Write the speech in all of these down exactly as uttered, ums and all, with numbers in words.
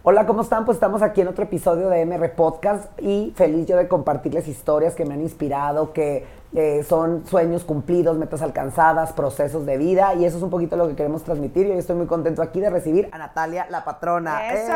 Hola, ¿cómo están? Pues estamos aquí en otro episodio de M R Podcast y feliz yo de compartirles historias que me han inspirado, que eh, son sueños cumplidos, metas alcanzadas, procesos de vida, y eso es un poquito lo que queremos transmitir. Y hoy estoy muy contento aquí de recibir a Natalia, la patrona. ¡Eso!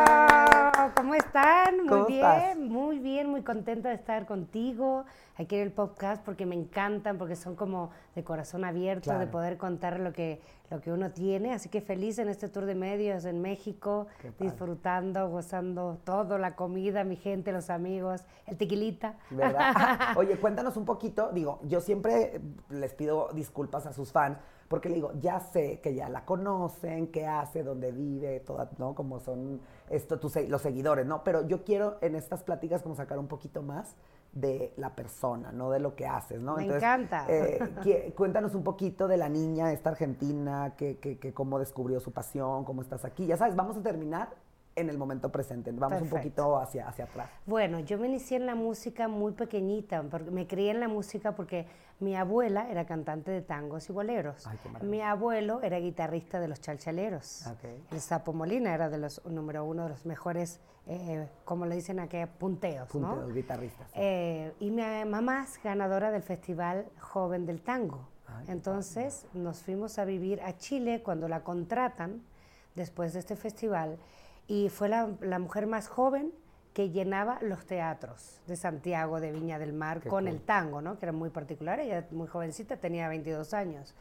¡Eh! ¿Cómo están? Muy ¿Cómo bien, estás? muy bien, muy contenta de estar contigo aquí en el podcast porque me encantan, porque son como de corazón abierto, Claro. de poder contar lo que, lo que uno tiene. Así que feliz en este tour de medios en México, Qué padre. disfrutando, gozando todo, la comida, mi gente, los amigos, el tequilita. ¿Verdad? Oye, cuéntanos un poquito. Digo, yo siempre les pido disculpas a sus fans porque le digo, ya sé que ya la conocen, qué hace, dónde vive, toda, ¿no? Como son esto, tus, los seguidores, ¿no? Pero yo quiero en estas pláticas como sacar un poquito más de la persona, no de lo que haces, ¿no? Me encanta. Eh, que, cuéntanos un poquito de la niña, esta argentina, que, que, que cómo descubrió su pasión, cómo estás aquí. Ya sabes, vamos a terminar en el momento presente. Vamos Perfecto. un poquito hacia, hacia atrás. Bueno, yo me inicié en la música muy pequeñita, porque me crié en la música porque mi abuela era cantante de tangos y boleros. Ay, qué maravilla. Mi abuelo era guitarrista de los Chalchaleros. Okay. El Sapo Molina era de los número uno de los mejores, eh, como le dicen aquí, punteos, ¿no? Punteos, guitarristas. Sí. Eh, y mi mamá es ganadora del Festival Joven del Tango. Ay, qué Entonces nos fuimos a vivir a Chile cuando la contratan después de este festival. Y fue la, la mujer más joven que llenaba los teatros de Santiago, de Viña del Mar, Qué con cool. el tango, ¿no? Que era muy particular, ella muy jovencita, tenía veintidós años.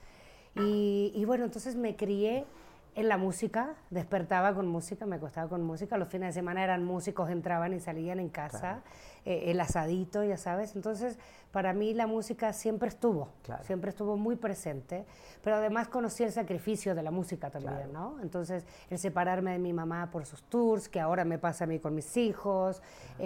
Y, y bueno, entonces me crié en la música, despertaba con música, me acostaba con música, los fines de semana eran músicos, entraban y salían en casa, Claro. eh, el asadito, ya sabes. Entonces, para mí la música siempre estuvo, Claro. siempre estuvo muy presente, pero además conocí el sacrificio de la música también, Claro. ¿no? Entonces, el separarme de mi mamá por sus tours, que ahora me pasa a mí con mis hijos,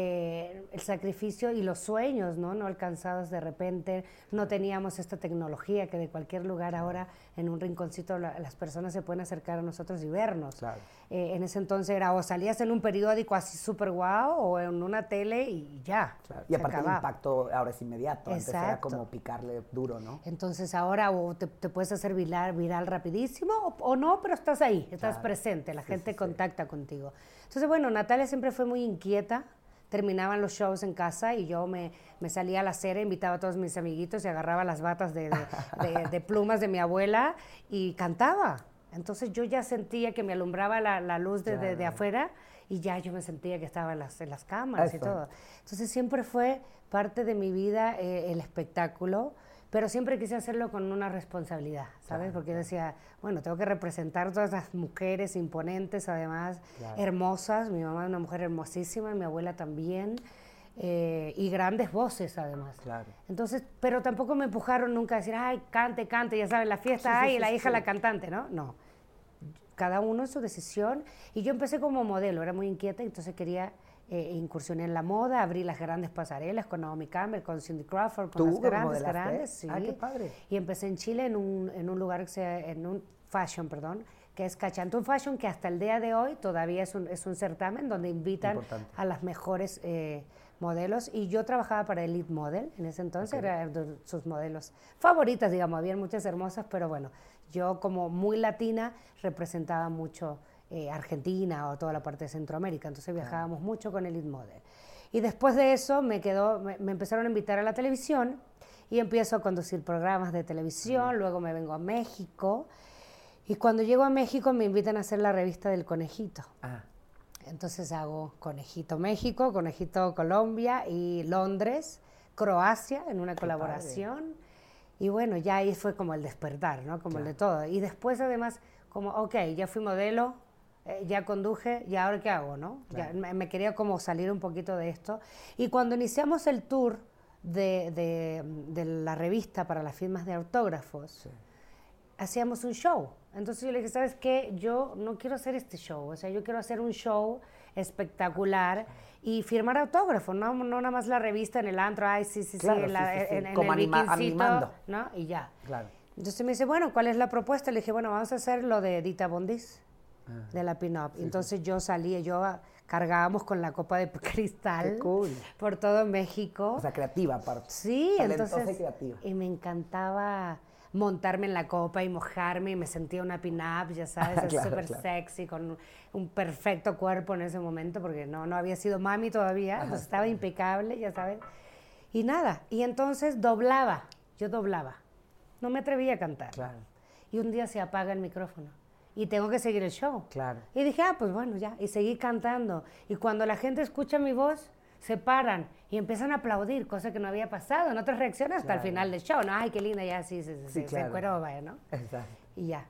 eh, el sacrificio y los sueños, ¿no? No alcanzados de repente, no teníamos esta tecnología que de cualquier lugar ahora, en un rinconcito, la, las personas se pueden acercar a nosotros y vernos. Claro. Eh, en ese entonces era o salías en un periódico así súper guau o en una tele y ya. Claro. Y se aparte el acababa. impacto ahora es inmediato. Antes era Exacto. como picarle duro, ¿no? Entonces ahora o te, te puedes hacer viral, viral rapidísimo o, o no, pero estás ahí, estás Claro. presente, la Sí, gente sí, sí. contacta contigo. Entonces, bueno, Natalia siempre fue muy inquieta, terminaban los shows en casa y yo me, me salía a la acera, invitaba a todos mis amiguitos y agarraba las batas de, de, de, de plumas de mi abuela y cantaba. Entonces yo ya sentía que me alumbraba la, la luz de, de, de Claro. afuera y ya yo me sentía que estaba en las, en las cámaras y Eso. todo. Entonces siempre fue parte de mi vida eh, el espectáculo, pero siempre quise hacerlo con una responsabilidad, ¿sabes? Claro, Porque yo claro. decía, bueno, tengo que representar todas las mujeres imponentes, además, Claro. hermosas. Mi mamá es una mujer hermosísima, mi abuela también, eh, y grandes voces, además. Claro. Entonces, pero tampoco me empujaron nunca a decir, ay, cante, cante, ya sabes, la fiesta, Sí, sí, ay, sí, la sí, hija, sí. la cantante, ¿no? No. Cada uno es su decisión. Y yo empecé como modelo, era muy inquieta, entonces quería eh, incursionar en la moda, abrí las grandes pasarelas con Naomi Campbell, con Cindy Crawford, con ¿Tú las grandes, modelaste? grandes, sí. Ah, qué padre. Y empecé en Chile en un, en un lugar, que se, en un fashion, perdón, que es Cachantún Fashion, que hasta el día de hoy todavía es un, es un certamen donde invitan Importante. a las mejores eh, modelos. Y yo trabajaba para Elite Model, en ese entonces, Ok. era de sus modelos favoritas, digamos, habían muchas hermosas, pero bueno, yo como muy latina representaba mucho eh, Argentina o toda la parte de Centroamérica, entonces viajábamos mucho con Elite Model. Y después de eso me, quedó, me, me empezaron a invitar a la televisión y empiezo a conducir programas de televisión, Mm. luego me vengo a México y cuando llego a México me invitan a hacer la revista del Conejito. Ah, Entonces hago Conejito México, Conejito Colombia y Londres, Croacia en una Qué colaboración. Y bueno, ya ahí fue como el despertar, ¿no? Como Claro. el de todo. Y después además, como, ok, ya fui modelo, eh, ya conduje, ¿y ahora qué hago, no? Claro. Ya me, me quería como salir un poquito de esto. Y cuando iniciamos el tour de, de, de la revista para las firmas de autógrafos, sí. hacíamos un show. Entonces yo le dije, ¿sabes qué? Yo no quiero hacer este show, o sea, yo quiero hacer un show espectacular y firmar autógrafos, no, no nada más la revista en el antro, ay, sí, sí, Claro, sí, en, la, sí, sí, sí. en, en Como el anima- bikincito, animando. ¿no? Y ya. Claro. Entonces me dice, bueno, ¿cuál es la propuesta? Le dije, bueno, vamos a hacer lo de Dita Bondis, Ah, de la pin-up. sí, Entonces yo salía, yo ah, cargábamos con la copa de cristal Qué cool. por todo México. O sea, creativa aparte. Sí, Talentosa entonces, y creativa. y me encantaba montarme en la copa y mojarme y me sentía una pin-up, ya sabes, Claro, súper claro. sexy, con un, un perfecto cuerpo en ese momento, porque no, no había sido mami todavía, entonces estaba impecable, ya sabes. Y nada, y entonces doblaba, yo doblaba, no me atrevía a cantar. Claro. Y un día se apaga el micrófono y tengo que seguir el show. Claro. Y dije, ah, pues bueno, ya, y seguí cantando. Y cuando la gente escucha mi voz, se paran y empiezan a aplaudir, cosa que no había pasado. En otras reacciones hasta Claro. el final del show, ¿no? Ay, qué linda, ya sí, se, Sí, se, claro. se encueró, vaya, ¿no? Exacto. Y ya.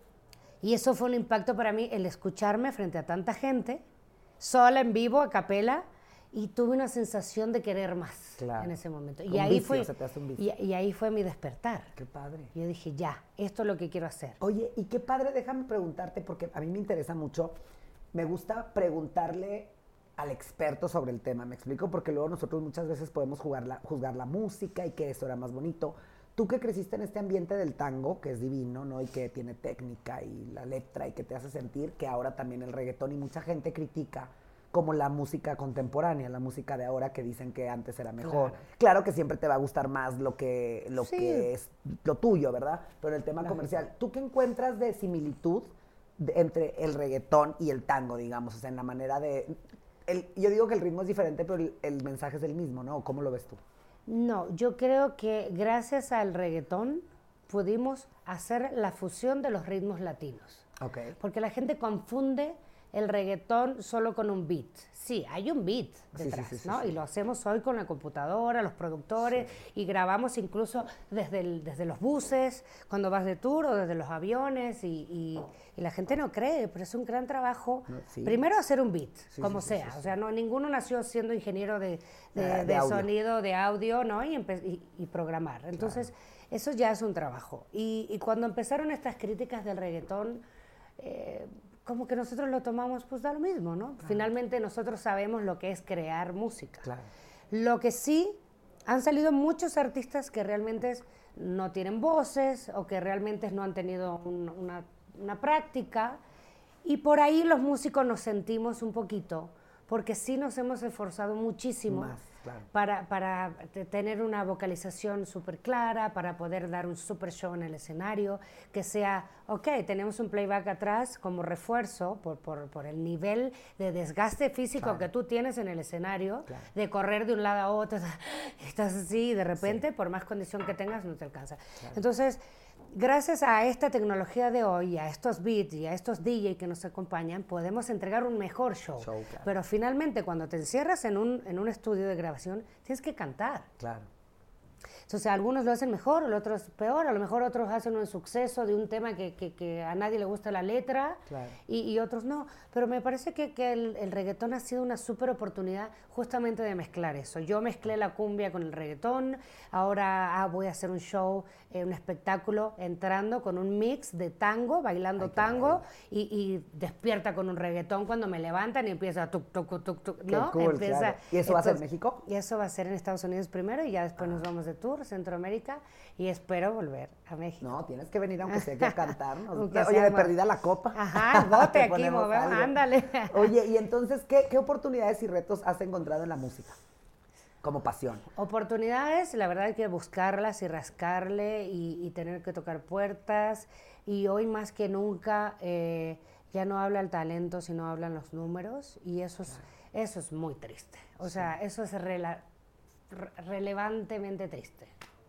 Y eso fue un impacto para mí, el escucharme frente a tanta gente, sola, en vivo, a capela, y tuve una sensación de querer más Claro. en ese momento. Un Y ahí, vicio, fue, se te hace un vicio. y, y ahí fue mi despertar. Qué padre. Yo dije, ya, esto es lo que quiero hacer. Oye, y qué padre, déjame preguntarte, porque a mí me interesa mucho, me gusta preguntarle al experto sobre el tema, ¿me explico? Porque luego nosotros muchas veces podemos jugar la, juzgar la música y que eso era más bonito. Tú que creciste en este ambiente del tango, que es divino, ¿no? Y que tiene técnica y la letra y que te hace sentir que ahora también el reggaetón y mucha gente critica como la música contemporánea, la música de ahora que dicen que antes era mejor. Claro, claro que siempre te va a gustar más lo que, lo Sí. que es lo tuyo, ¿verdad? Pero el tema Claro. comercial, ¿tú qué encuentras de similitud de- entre el reggaetón y el tango, digamos? O sea, en la manera de... El, yo digo que el ritmo es diferente, pero el, el mensaje es el mismo, ¿no? ¿Cómo lo ves tú? No, yo creo que gracias al reggaetón pudimos hacer la fusión de los ritmos latinos. Ok. Porque la gente confunde el reggaetón solo con un beat. Sí, hay un beat Sí, detrás, sí, sí, sí, ¿no? sí. Y lo hacemos hoy con la computadora, los productores, y grabamos incluso desde, el- desde los buses, cuando vas de tour, o desde los aviones, y, y- y la gente no cree, pero es un gran trabajo. No, sí. Primero hacer un beat, Sí, como sí, sí, sea. sí, sí. O sea, no, ninguno nació siendo ingeniero de, de, Ah, de de audio. sonido, de audio, ¿no? Y, empe- y- y programar. Entonces, eso ya es un trabajo. Y, y cuando empezaron estas críticas del reggaetón, eh, como que nosotros lo tomamos, pues da lo mismo, ¿no? Finalmente nosotros sabemos lo que es crear música. Claro. Lo que sí, han salido muchos artistas que realmente es- no tienen voces o que realmente no han tenido un- una, una práctica, y por ahí los músicos nos sentimos un poquito, porque sí nos hemos esforzado muchísimo Más, claro. para, para te- tener una vocalización súper clara, para poder dar un súper show en el escenario, que sea, ok, tenemos un playback atrás como refuerzo por, por, por el nivel de desgaste físico Claro. que tú tienes en el escenario, Claro. de correr de un lado a otro, estás así y de repente, por más condición que tengas, no te alcanza. Entonces, gracias a esta tecnología de hoy, a estos beats y a estos D J que nos acompañan, podemos entregar un mejor show. Show, claro. Pero finalmente, cuando te encierras en un, en un estudio de grabación, tienes que cantar. Claro. Entonces, algunos lo hacen mejor, los otros peor, a lo mejor otros hacen un suceso de un tema que, que, que a nadie le gusta la letra, Claro. y, y otros no. Pero me parece que, que el, el reggaetón ha sido una súper oportunidad justamente de mezclar eso. Yo mezclé la cumbia con el reggaetón, ahora ah, voy a hacer un show, eh, un espectáculo, entrando con un mix de tango, bailando Ay, qué tango, maravilla. y, y despierta con un reggaetón cuando me levantan y empieza tuk, tuk, tuk, tuk, Qué ¿no? cool, Empieza, claro. ¿Y eso va a ser en entonces, México? y eso va a ser en Estados Unidos primero, y ya después nos vamos de tour, Centroamérica, y espero volver a México. No, tienes que venir aunque sea aquí a cantarnos. Aunque Oye, sea, de mo- perdida la copa. Ajá, el bote Te aquí, ponemos movemos, algo. ándale. Oye, y entonces, ¿qué, ¿qué oportunidades y retos has encontrado en la música? Como pasión. Oportunidades, la verdad hay que buscarlas y rascarle y, y tener que tocar puertas, y hoy más que nunca eh, ya no habla el talento, sino hablan los números, y eso es, eso es muy triste. O sea, eso es rela- re- relevantemente triste.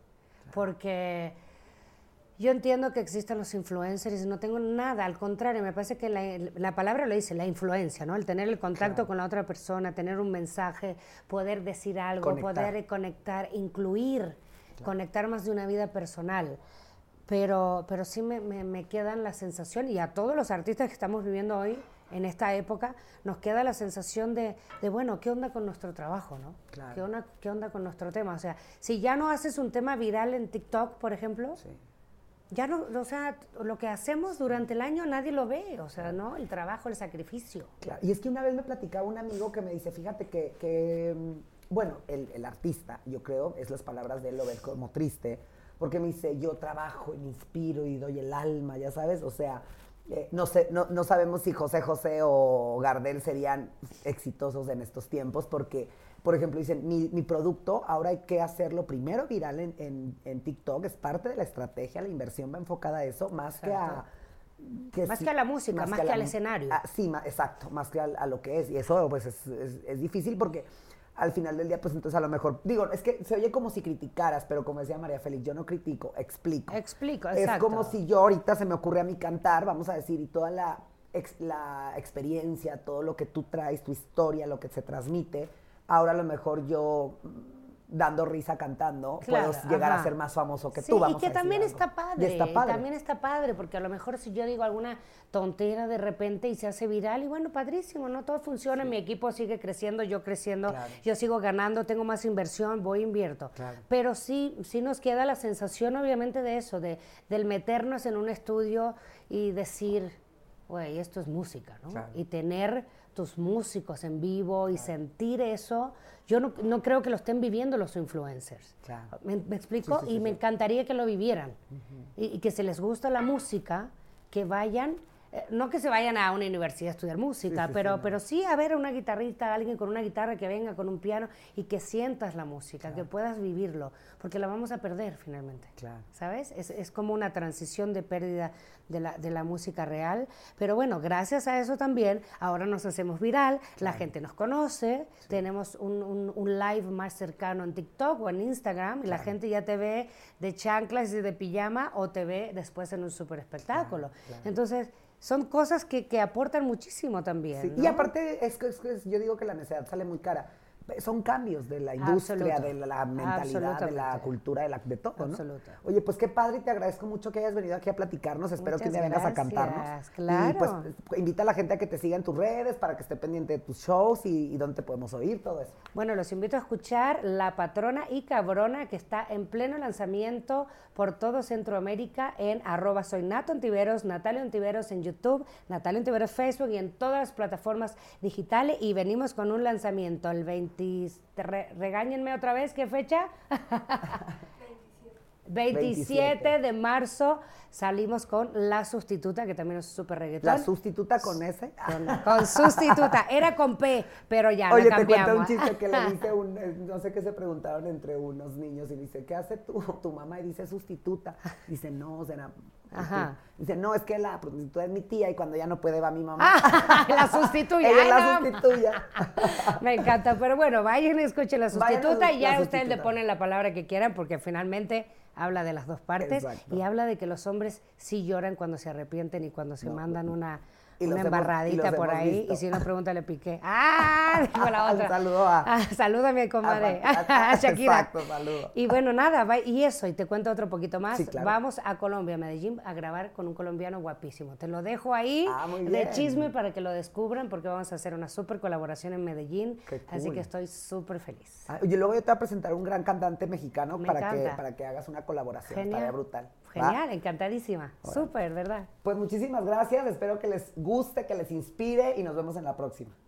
Porque yo entiendo que existen los influencers y no tengo nada, al contrario, me parece que la, la palabra lo dice, la influencia, ¿no? El tener el contacto Claro. con la otra persona, tener un mensaje, poder decir algo, Conectar. poder conectar, incluir, conectar más de una vida personal. Pero, pero sí me, me, me quedan la sensación, y a todos los artistas que estamos viviendo hoy, en esta época, nos queda la sensación de, de bueno, ¿qué onda con nuestro trabajo, no? Claro. ¿Qué onda, ¿Qué onda con nuestro tema? O sea, si ya no haces un tema viral en TikTok, por ejemplo, Sí. ya no, o sea, lo que hacemos durante el año nadie lo ve, o sea, ¿no? El trabajo, el sacrificio. Claro. Y es que una vez me platicaba un amigo que me dice, fíjate que, que, mm, bueno, el, el artista, yo creo, es las palabras de él, lo ve como triste, porque me dice, yo trabajo y me inspiro y doy el alma, ya sabes, o sea, Eh, no sé, no, no sabemos si José José o Gardel serían exitosos en estos tiempos porque, por ejemplo, dicen, mi, mi producto ahora hay que hacerlo primero viral en, en, en TikTok, es parte de la estrategia, la inversión va enfocada a eso, más Exacto. que a... Que más sí, que a la música, más, más que, que la, al escenario. A, sí, ma, exacto, más que a, a lo que es. Y eso pues es, es, es difícil porque al final del día, pues entonces a lo mejor, digo, es que se oye como si criticaras, pero como decía María Félix, yo no critico, explico. Explico, exacto. Es como si yo ahorita se me ocurre a mí cantar, vamos a decir, y toda la, ex, la experiencia, todo lo que tú traes, tu historia, lo que se transmite, ahora a lo mejor yo... dando risa cantando, claro, puedo llegar ajá. a ser más famoso que sí, tú, vamos y que a también algo. está padre, y está padre. también está padre, porque a lo mejor si yo digo alguna tontera de repente y se hace viral, y bueno, padrísimo, ¿no? Todo funciona, sí. mi equipo sigue creciendo, yo creciendo, claro. yo sigo ganando, tengo más inversión, voy e invierto. Claro. Pero sí, sí nos queda la sensación, obviamente, de eso, de, del meternos en un estudio y decir, güey, esto es música, ¿no? Claro. Y tener tus músicos en vivo y claro. sentir eso, yo no, no creo que lo estén viviendo los influencers. Claro. ¿Me, me explico? Sí, sí, sí, y sí. me encantaría que lo vivieran. Uh-huh. y, y que si les gusta la música, que vayan, eh, no que se vayan a una universidad a estudiar música, sí, sí, pero, sí, no. pero sí a ver a una guitarrista, alguien con una guitarra que venga con un piano y que sientas la música, claro. que puedas vivirlo, porque la vamos a perder finalmente. Claro. ¿Sabes? Es, es como una transición de pérdida de la, de la música real, pero bueno, gracias a eso también, ahora nos hacemos viral, claro. la gente nos conoce, sí. tenemos un, un, un live más cercano en TikTok o en Instagram, claro. y la gente ya te ve de chanclas y de pijama o te ve después en un súper espectáculo. Claro, claro. Entonces, son cosas que, que aportan muchísimo también. Sí, ¿no? Y aparte, es que, es que yo digo que la necesidad sale muy cara. Son cambios de la industria, Absoluto. de la mentalidad, de la cultura, de, la, de todo, Absoluto. ¿no? Oye, pues qué padre y te agradezco mucho que hayas venido aquí a platicarnos. Espero Muchas que un día vengas a cantarnos. Claro. Y pues invita a la gente a que te siga en tus redes para que esté pendiente de tus shows y, y dónde te podemos oír, todo eso. Bueno, los invito a escuchar La Patrona y Cabrona, que está en pleno lanzamiento por todo Centroamérica en arroba soy Nato Ontiveros, Natalia Ontiveros en YouTube, Natalia Ontiveros Facebook y en todas las plataformas digitales. Y venimos con un lanzamiento el veinte Re, regáñenme otra vez, ¿qué fecha? veintisiete de marzo salimos con La Sustituta, que también es súper reggaetón. ¿La Sustituta con S? Con, con Sustituta, era con P, pero ya Oye, la cambiamos. Oye, te cuento un chiste que le dice, un, no sé qué se preguntaron entre unos niños y dice, ¿qué hace tu, tu mamá? Y dice, sustituta. Dice, no, será... Ajá. Dice, no, es que la prostituta es mi tía y cuando ya no puede va mi mamá. Ah, la sustituye. Ella la no. sustituye. Me encanta, pero bueno, vayan y escuchen La Sustituta a, y ya ustedes le ponen la palabra que quieran porque finalmente habla de las dos partes. Exacto. Y habla de que los hombres sí lloran cuando se arrepienten y cuando se no, mandan una... una embarradita hemos, por ahí, visto. Y si no, pregúntale Piqué. ¡Ah! Dijo la otra. Saludo a... Ah, salúdame, comadre. A, a, a, Shakira. Exacto, saludo. Y bueno, nada, va, y eso, y te cuento otro poquito más. Sí, claro. Vamos a Colombia, Medellín, a grabar con un colombiano guapísimo. Te lo dejo ahí ah, muy de bien. chisme para que lo descubran, porque vamos a hacer una súper colaboración en Medellín. Qué cool. Así que estoy súper feliz. Ah, y luego yo te voy a presentar un gran cantante mexicano Me para que, para que hagas una colaboración. Genial. Estaría brutal. Genial, ¿va? Encantadísima. Bueno. Súper, ¿verdad? Pues muchísimas gracias. Espero que les guste, que les inspire y nos vemos en la próxima.